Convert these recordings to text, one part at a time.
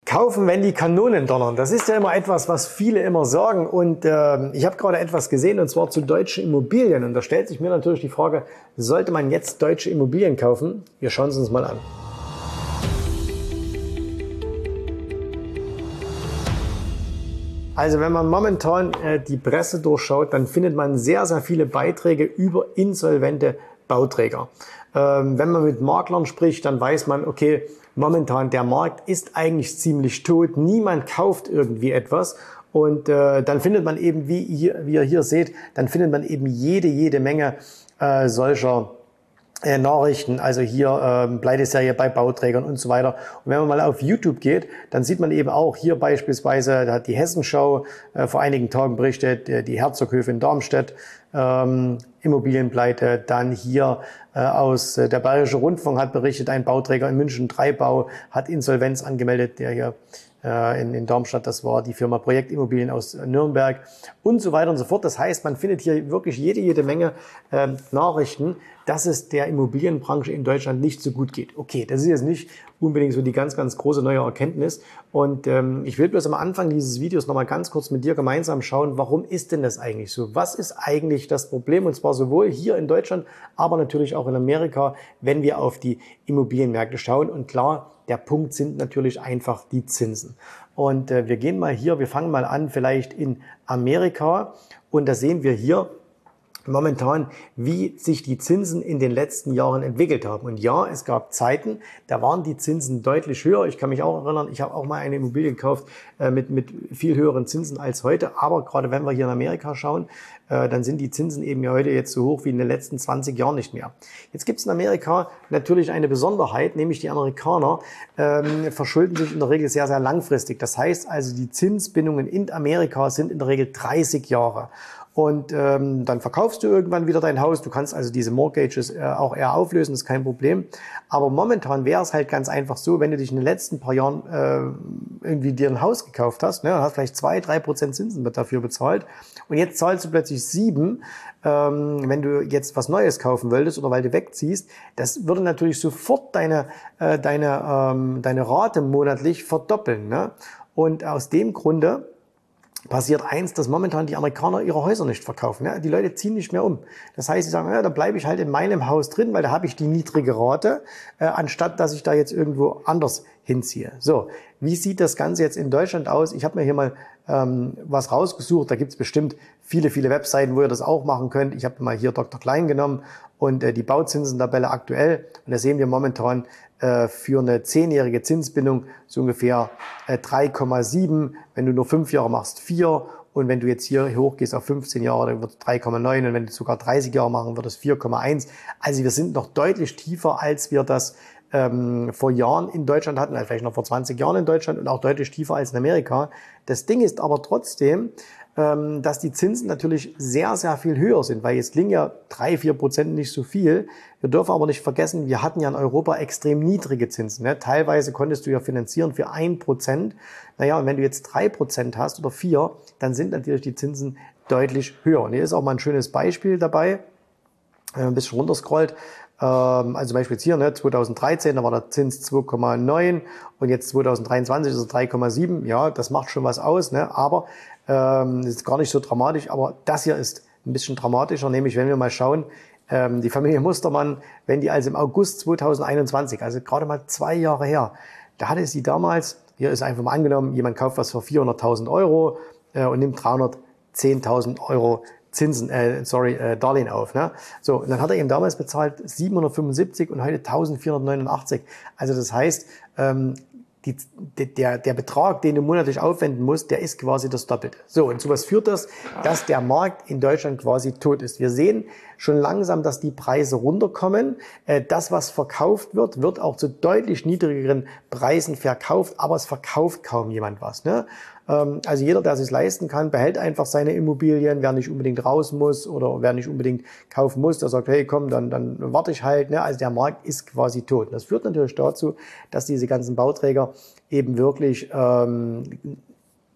Kaufen, wenn die Kanonen donnern. Das ist ja immer etwas, was viele immer sagen. Und ich habe gerade etwas gesehen, und zwar zu deutschen Immobilien. Und da stellt sich mir natürlich die Frage, sollte man jetzt deutsche Immobilien kaufen? Wir schauen es uns mal an. Also wenn man momentan die Presse durchschaut, dann findet man sehr, sehr viele Beiträge über insolvente Bauträger. Wenn man mit Maklern spricht, dann weiß man, okay, momentan der Markt ist eigentlich ziemlich tot, niemand kauft irgendwie etwas. Und dann findet man eben, wie ihr hier seht, dann findet man eben jede Menge solcher Nachrichten, also hier Pleiteserie bei Bauträgern und so weiter. Und wenn man mal auf YouTube geht, dann sieht man eben auch hier beispielsweise, da hat die Hessenschau vor einigen Tagen berichtet, die Herzoghöfe in Darmstadt, Immobilienpleite. Dann hier aus der Bayerische Rundfunk hat berichtet, ein Bauträger in München, Treibau, hat Insolvenz angemeldet, der hier in Darmstadt, das war die Firma Projektimmobilien aus Nürnberg und so weiter und so fort. Das heißt, man findet hier wirklich jede Menge Nachrichten, dass es der Immobilienbranche in Deutschland nicht so gut geht. Okay, das ist jetzt nicht unbedingt so die ganz große neue Erkenntnis. Und ich will bloß am Anfang dieses Videos nochmal ganz kurz mit dir gemeinsam schauen, warum ist denn das eigentlich so? Was ist eigentlich das Problem? Und zwar sowohl hier in Deutschland, aber natürlich auch in Amerika, wenn wir auf die Immobilienmärkte schauen. Und klar, der Punkt sind natürlich einfach die Zinsen. Und wir fangen mal an vielleicht in Amerika. Und da sehen wir hier momentan, wie sich die Zinsen in den letzten Jahren entwickelt haben. Und ja, es gab Zeiten, da waren die Zinsen deutlich höher. Ich kann mich auch erinnern, ich habe auch mal eine Immobilie gekauft mit viel höheren Zinsen als heute. Aber gerade wenn wir hier in Amerika schauen, dann sind die Zinsen eben ja heute jetzt so hoch wie in den letzten 20 Jahren nicht mehr. Jetzt gibt es in Amerika natürlich eine Besonderheit, nämlich die Amerikaner verschulden sich in der Regel sehr, sehr langfristig. Das heißt also, die Zinsbindungen in Amerika sind in der Regel 30 Jahre. Und dann verkaufst du irgendwann wieder dein Haus. Du kannst also diese Mortgages auch eher auflösen, das ist kein Problem. Aber momentan wäre es halt ganz einfach so, wenn du dich in den letzten paar Jahren irgendwie dir ein Haus gekauft hast, ne, hast vielleicht 2-3% Zinsen dafür bezahlt und jetzt zahlst du plötzlich 7%, wenn du jetzt was Neues kaufen wolltest oder weil du wegziehst. Das würde natürlich sofort deine Rate monatlich verdoppeln. Ne? Und aus dem Grunde passiert eins, dass momentan die Amerikaner ihre Häuser nicht verkaufen. Ja? Die Leute ziehen nicht mehr um. Das heißt, sie sagen, ja, da bleibe ich halt in meinem Haus drin, weil da habe ich die niedrige Rate, anstatt dass ich da jetzt irgendwo anders hinziehe. So, wie sieht das Ganze jetzt in Deutschland aus? Ich habe mir hier mal was rausgesucht. Da gibt es bestimmt viele Webseiten, wo ihr das auch machen könnt. Ich habe mal hier Dr. Klein genommen und die Bauzinsentabelle aktuell. Und da sehen wir momentan für eine 10-jährige Zinsbindung so ungefähr 3,7. Wenn du nur 5 Jahre machst, 4. Und wenn du jetzt hier hochgehst auf 15 Jahre, dann wird es 3,9. Und wenn du sogar 30 Jahre machen, wird es 4,1. Also wir sind noch deutlich tiefer, als wir das vor Jahren in Deutschland hatten, also vielleicht noch vor 20 Jahren in Deutschland und auch deutlich tiefer als in Amerika. Das Ding ist aber trotzdem, dass die Zinsen natürlich sehr viel höher sind, weil jetzt klingen ja 3-4% nicht so viel. Wir dürfen aber nicht vergessen, wir hatten ja in Europa extrem niedrige Zinsen. Ne? Teilweise konntest du ja finanzieren für 1%. Naja, und wenn du jetzt 3% hast oder 4%, dann sind natürlich die Zinsen deutlich höher. Und hier ist auch mal ein schönes Beispiel dabei, wenn man ein bisschen runterscrollt. Also zum Beispiel jetzt hier, ne, 2013, da war der Zins 2,9 und jetzt 2023 ist es 3,7. Ja, das macht schon was aus, ne? Aber das ist gar nicht so dramatisch. Aber das hier ist ein bisschen dramatischer, nämlich wenn wir mal schauen, die Familie Mustermann, wenn die also im August 2021, also gerade mal 2 Jahre her, da hatte sie damals, hier ist einfach mal angenommen, jemand kauft was für 400.000 € und nimmt 310.000 € Darlehen auf. Ne? So, und dann hat er eben damals bezahlt 775 und heute 1489. Also das heißt, der Betrag, den du monatlich aufwenden musst, der ist quasi das Doppelte. So, und zu was führt das? Dass der Markt in Deutschland quasi tot ist. Wir sehen schon langsam, dass die Preise runterkommen. Das, was verkauft wird, wird auch zu deutlich niedrigeren Preisen verkauft, aber es verkauft kaum jemand was. Ne? Also jeder, der es sich leisten kann, behält einfach seine Immobilien. Wer nicht unbedingt raus muss oder wer nicht unbedingt kaufen muss, der sagt, hey komm, dann warte ich halt. Ne? Also der Markt ist quasi tot. Das führt natürlich dazu, dass diese ganzen Bauträger eben wirklich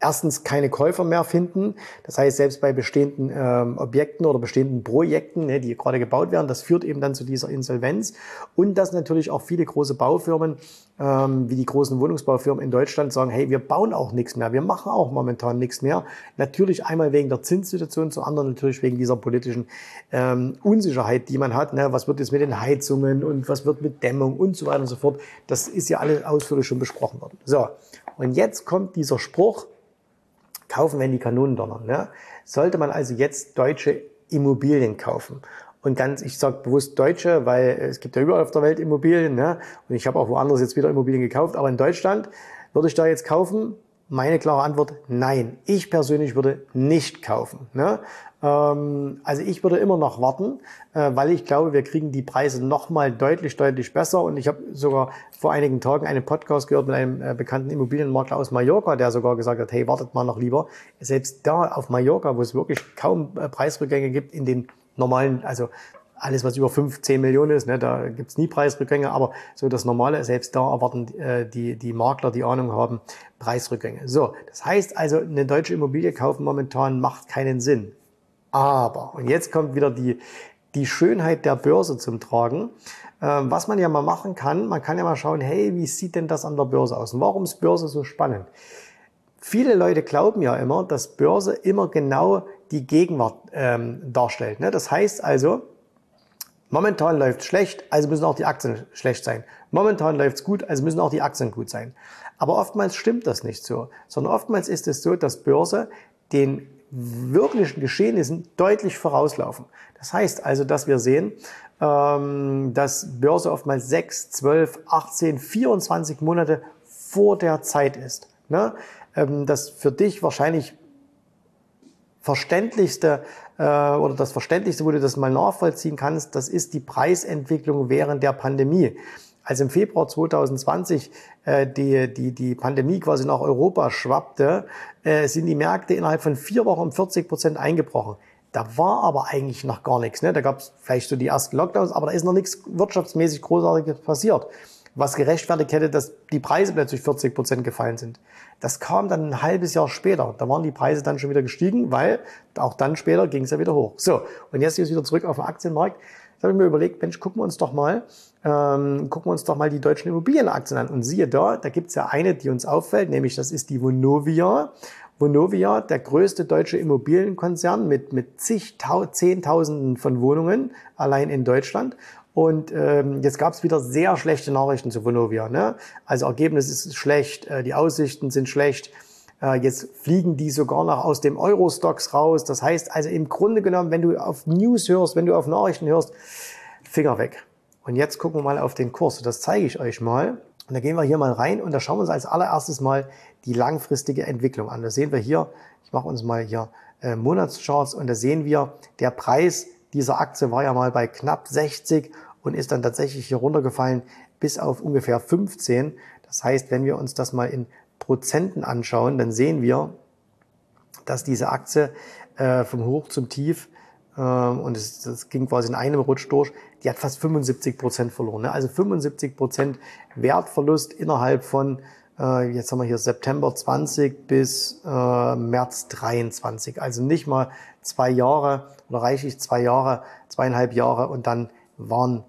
erstens keine Käufer mehr finden. Das heißt, selbst bei bestehenden Objekten oder bestehenden Projekten, ne, die gerade gebaut werden, das führt eben dann zu dieser Insolvenz. Und dass natürlich auch viele große Baufirmen, wie die großen Wohnungsbaufirmen in Deutschland, sagen, hey, wir bauen auch nichts mehr, wir machen auch momentan nichts mehr. Natürlich einmal wegen der Zinssituation, zum anderen natürlich wegen dieser politischen Unsicherheit, die man hat. Ne? Was wird jetzt mit den Heizungen und was wird mit Dämmung und so weiter und so fort. Das ist ja alles ausführlich schon besprochen worden. So, und jetzt kommt dieser Spruch, kaufen, wenn die Kanonen donnern. Ne? Sollte man also jetzt deutsche Immobilien kaufen? Und ich sage bewusst deutsche, weil es gibt ja überall auf der Welt Immobilien. Ne? Und ich habe auch woanders jetzt wieder Immobilien gekauft. Aber in Deutschland würde ich da jetzt kaufen? Meine klare Antwort, nein. Ich persönlich würde nicht kaufen. Ne? Also ich würde immer noch warten, weil ich glaube, wir kriegen die Preise nochmal deutlich besser. Und ich habe sogar vor einigen Tagen einen Podcast gehört mit einem bekannten Immobilienmakler aus Mallorca, der sogar gesagt hat, hey, wartet mal noch lieber. Selbst da auf Mallorca, wo es wirklich kaum Preisrückgänge gibt in den normalen, also alles, was über 5, 10 Millionen ist, ne, da gibt's nie Preisrückgänge, aber so das Normale, selbst da erwarten die Makler, die Ahnung haben, Preisrückgänge. So, das heißt also, eine deutsche Immobilie kaufen momentan macht keinen Sinn. Aber, und jetzt kommt wieder die Schönheit der Börse zum Tragen. Was man ja mal machen kann, man kann ja mal schauen, hey, wie sieht denn das an der Börse aus? Und warum ist Börse so spannend? Viele Leute glauben ja immer, dass Börse immer genau die Gegenwart darstellt. Ne? Das heißt also, momentan läuft es schlecht, also müssen auch die Aktien schlecht sein. Momentan läuft es gut, also müssen auch die Aktien gut sein. Aber oftmals stimmt das nicht so, sondern oftmals ist es so, dass Börse den wirklichen Geschehnissen deutlich vorauslaufen. Das heißt also, dass wir sehen, dass Börse oftmals 6, 12, 18, 24 Monate vor der Zeit ist. Ne? Das für dich wahrscheinlich verständlichste oder das Verständlichste, wo du das mal nachvollziehen kannst, das ist die Preisentwicklung während der Pandemie. Als im Februar 2020 die Pandemie quasi nach Europa schwappte, sind die Märkte innerhalb von 4 Wochen um 40% eingebrochen. Da war aber eigentlich noch gar nichts. Ne? Da gab es vielleicht so die ersten Lockdowns, aber da ist noch nichts wirtschaftsmäßig Großartiges passiert, was gerechtfertigt hätte, dass die Preise plötzlich 40% gefallen sind. Das kam dann ein halbes Jahr später. Da waren die Preise dann schon wieder gestiegen, weil auch dann später ging es ja wieder hoch. So, und jetzt wieder zurück auf den Aktienmarkt. Jetzt habe ich mir überlegt, Mensch, gucken wir uns doch mal die deutschen Immobilienaktien an. Und siehe da gibt's ja eine, die uns auffällt, nämlich das ist die Vonovia. Vonovia, der größte deutsche Immobilienkonzern mit Zehntausenden von Wohnungen allein in Deutschland. Und jetzt gab es wieder sehr schlechte Nachrichten zu Vonovia. Ne? Also Ergebnis ist schlecht, die Aussichten sind schlecht. Jetzt fliegen die sogar noch aus dem Euro-Stocks raus. Das heißt also im Grunde genommen, wenn du auf News hörst, wenn du auf Nachrichten hörst, Finger weg. Und jetzt gucken wir mal auf den Kurs. Das zeige ich euch mal. Und da gehen wir hier mal rein und da schauen wir uns als allererstes mal die langfristige Entwicklung an. Da sehen wir hier, ich mache uns mal hier Monatscharts und da sehen wir, der Preis dieser Aktie war ja mal bei knapp 60 und ist dann tatsächlich hier runtergefallen bis auf ungefähr 15. Das heißt, wenn wir uns das mal in Prozenten anschauen, dann sehen wir, dass diese Aktie vom Hoch zum Tief, und das ging quasi in einem Rutsch durch, die hat fast 75% verloren. Ne? Also 75% Wertverlust innerhalb von, jetzt haben wir hier September 20 bis März 23. Also nicht mal 2 Jahre oder reichlich 2 Jahre, 2,5 Jahre und dann waren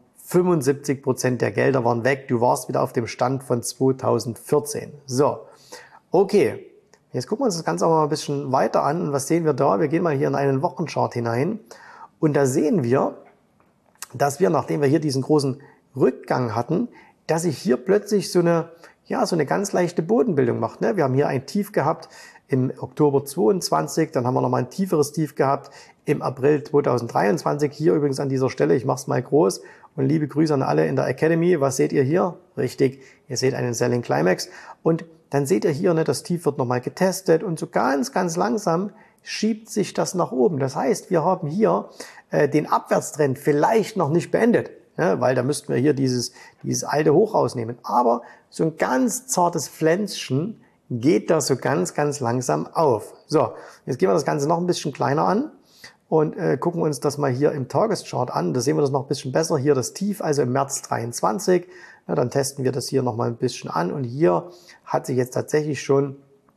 75% der Gelder waren weg. Du warst wieder auf dem Stand von 2014. So, okay. Jetzt gucken wir uns das Ganze auch mal ein bisschen weiter an. Und was sehen wir da? Wir gehen mal hier in einen Wochenchart hinein. Und da sehen wir, dass wir, nachdem wir hier diesen großen Rückgang hatten, dass sich hier plötzlich so eine ganz leichte Bodenbildung macht. Ne? Wir haben hier ein Tief gehabt im Oktober 22, dann haben wir nochmal ein tieferes Tief gehabt im April 2023. Hier übrigens an dieser Stelle, ich mache es mal groß und liebe Grüße an alle in der Academy. Was seht ihr hier? Richtig, ihr seht einen Selling Climax und dann seht ihr hier, ne, das Tief wird nochmal getestet und so ganz langsam schiebt sich das nach oben. Das heißt, wir haben hier den Abwärtstrend vielleicht noch nicht beendet, ne, weil da müssten wir hier dieses alte Hoch rausnehmen. Aber so ein ganz zartes Pflänzchen geht da so ganz langsam auf. So, jetzt gehen wir das Ganze noch ein bisschen kleiner an und gucken uns das mal hier im Tageschart an. Da sehen wir das noch ein bisschen besser. Hier das Tief, also im März 23. Ja, dann testen wir das hier noch mal ein bisschen an und hier hat sich jetzt tatsächlich schon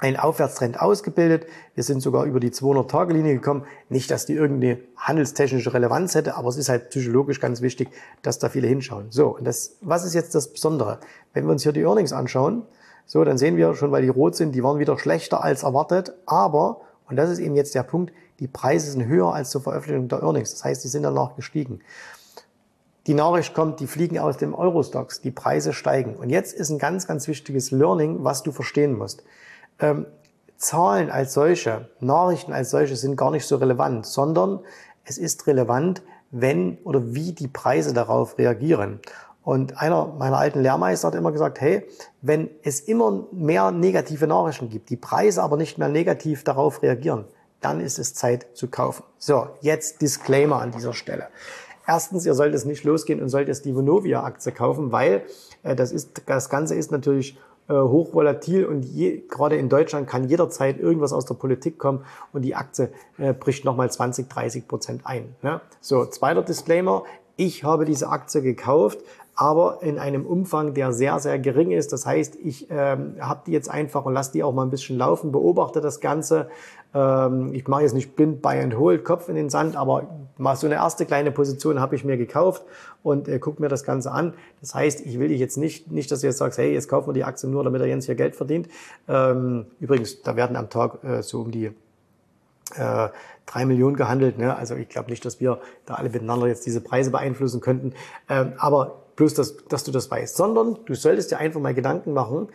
einen Aufwärtstrend ausgebildet. Wir sind sogar über die 200-Tage-Linie gekommen. Nicht, dass die irgendeine handelstechnische Relevanz hätte, aber es ist halt psychologisch ganz wichtig, dass da viele hinschauen. So, und was ist jetzt das Besondere? Wenn wir uns hier die Earnings anschauen, so, dann sehen wir schon, weil die rot sind, die waren wieder schlechter als erwartet, aber, und das ist eben jetzt der Punkt, die Preise sind höher als zur Veröffentlichung der Earnings. Das heißt, die sind danach gestiegen. Die Nachricht kommt, die fliegen aus dem Eurostoxx, die Preise steigen. Und jetzt ist ein ganz, ganz wichtiges Learning, was du verstehen musst. Zahlen als solche, Nachrichten als solche sind gar nicht so relevant, sondern es ist relevant, wenn oder wie die Preise darauf reagieren. Und einer meiner alten Lehrmeister hat immer gesagt, hey, wenn es immer mehr negative Nachrichten gibt, die Preise aber nicht mehr negativ darauf reagieren, dann ist es Zeit zu kaufen. So, jetzt Disclaimer an dieser Stelle. Erstens, ihr solltet es nicht losgehen und solltet die Vonovia-Aktie kaufen, weil das Ganze ist natürlich hochvolatil und gerade in Deutschland kann jederzeit irgendwas aus der Politik kommen und die Aktie bricht nochmal 20-30% ein. Ne? So, zweiter Disclaimer, ich habe diese Aktie gekauft, aber in einem Umfang, der sehr, sehr gering ist. Das heißt, ich habe die jetzt einfach und lasse die auch mal ein bisschen laufen, beobachte das Ganze. Ich mache jetzt nicht blind Buy and Hold, Kopf in den Sand, aber mal so eine erste kleine Position habe ich mir gekauft und gucke mir das Ganze an. Das heißt, ich will dich jetzt nicht, dass du jetzt sagst, hey, jetzt kaufen wir die Aktie nur, damit der Jens hier Geld verdient. Übrigens, da werden am Tag so um die 3 Millionen gehandelt. Ne? Also ich glaube nicht, dass wir da alle miteinander jetzt diese Preise beeinflussen könnten. Aber bloß, dass du das weißt. Sondern du solltest dir einfach mal Gedanken machen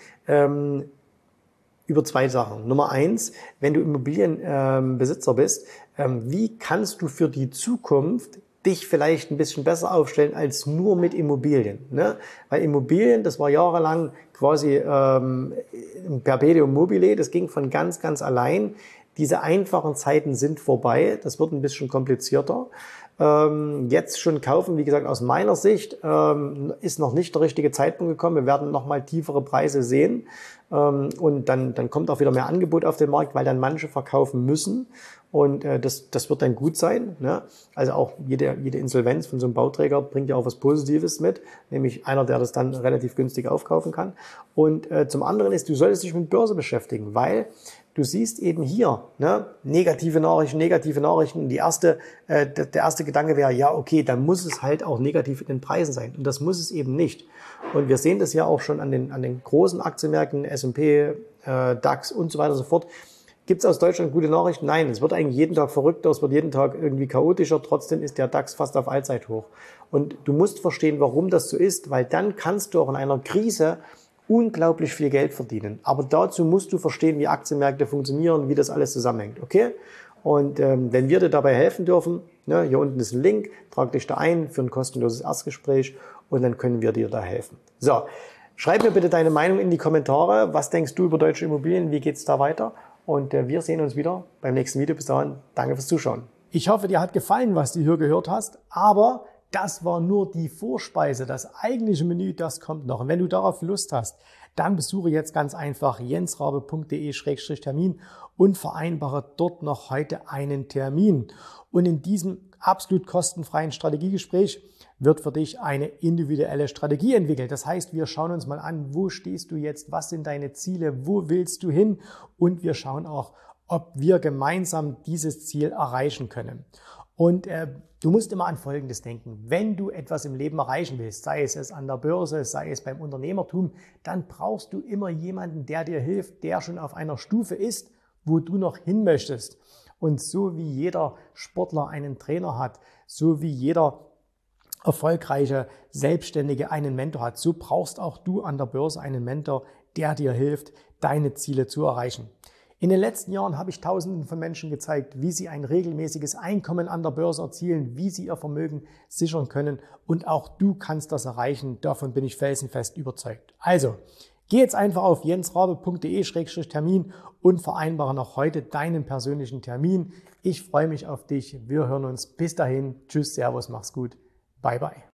über zwei Sachen. Nummer eins, wenn du Immobilienbesitzer bist, wie kannst du für die Zukunft dich vielleicht ein bisschen besser aufstellen als nur mit Immobilien. Ne? Weil Immobilien, das war jahrelang quasi Perpetuum mobile, das ging von ganz, ganz allein. Diese einfachen Zeiten sind vorbei, das wird ein bisschen komplizierter. Jetzt schon kaufen, wie gesagt, aus meiner Sicht ist noch nicht der richtige Zeitpunkt gekommen. Wir werden nochmal tiefere Preise sehen und dann kommt auch wieder mehr Angebot auf den Markt, weil dann manche verkaufen müssen und das wird dann gut sein. Ne? Also auch jede Insolvenz von so einem Bauträger bringt ja auch was Positives mit, nämlich einer, der das dann relativ günstig aufkaufen kann. Und zum anderen ist, du solltest dich mit Börse beschäftigen, weil du siehst eben hier, ne, negative Nachrichten. Der erste Gedanke wäre, ja, okay, dann muss es halt auch negativ in den Preisen sein. Und das muss es eben nicht. Und wir sehen das ja auch schon an den großen Aktienmärkten, S&P, DAX und so weiter und so fort. Gibt es aus Deutschland gute Nachrichten? Nein, es wird eigentlich jeden Tag verrückter, es wird jeden Tag irgendwie chaotischer. Trotzdem ist der DAX fast auf Allzeithoch. Und du musst verstehen, warum das so ist, weil dann kannst du auch in einer Krise unglaublich viel Geld verdienen. Aber dazu musst du verstehen, wie Aktienmärkte funktionieren, wie das alles zusammenhängt. Okay? Und wenn wir dir dabei helfen dürfen, ne, hier unten ist ein Link, trag dich da ein für ein kostenloses Erstgespräch und dann können wir dir da helfen. So, schreib mir bitte deine Meinung in die Kommentare. Was denkst du über deutsche Immobilien? Wie geht's da weiter? Und wir sehen uns wieder beim nächsten Video. Bis dahin, danke fürs Zuschauen. Ich hoffe, dir hat gefallen, was du hier gehört hast, aber das war nur die Vorspeise. Das eigentliche Menü, das kommt noch. Und wenn du darauf Lust hast, dann besuche jetzt ganz einfach jensrabe.de/termin und vereinbare dort noch heute einen Termin. Und in diesem absolut kostenfreien Strategiegespräch wird für dich eine individuelle Strategie entwickelt. Das heißt, wir schauen uns mal an, wo stehst du jetzt, was sind deine Ziele, wo willst du hin? Und wir schauen auch, ob wir gemeinsam dieses Ziel erreichen können. Und du musst immer an Folgendes denken. Wenn du etwas im Leben erreichen willst, sei es an der Börse, sei es beim Unternehmertum, dann brauchst du immer jemanden, der dir hilft, der schon auf einer Stufe ist, wo du noch hin möchtest. Und so wie jeder Sportler einen Trainer hat, so wie jeder erfolgreiche Selbstständige einen Mentor hat, so brauchst auch du an der Börse einen Mentor, der dir hilft, deine Ziele zu erreichen. In den letzten Jahren habe ich Tausenden von Menschen gezeigt, wie sie ein regelmäßiges Einkommen an der Börse erzielen, wie sie ihr Vermögen sichern können und auch du kannst das erreichen. Davon bin ich felsenfest überzeugt. Also, geh jetzt einfach auf jensrabe.de/termin und vereinbare noch heute deinen persönlichen Termin. Ich freue mich auf dich. Wir hören uns. Bis dahin. Tschüss, Servus, mach's gut. Bye, bye.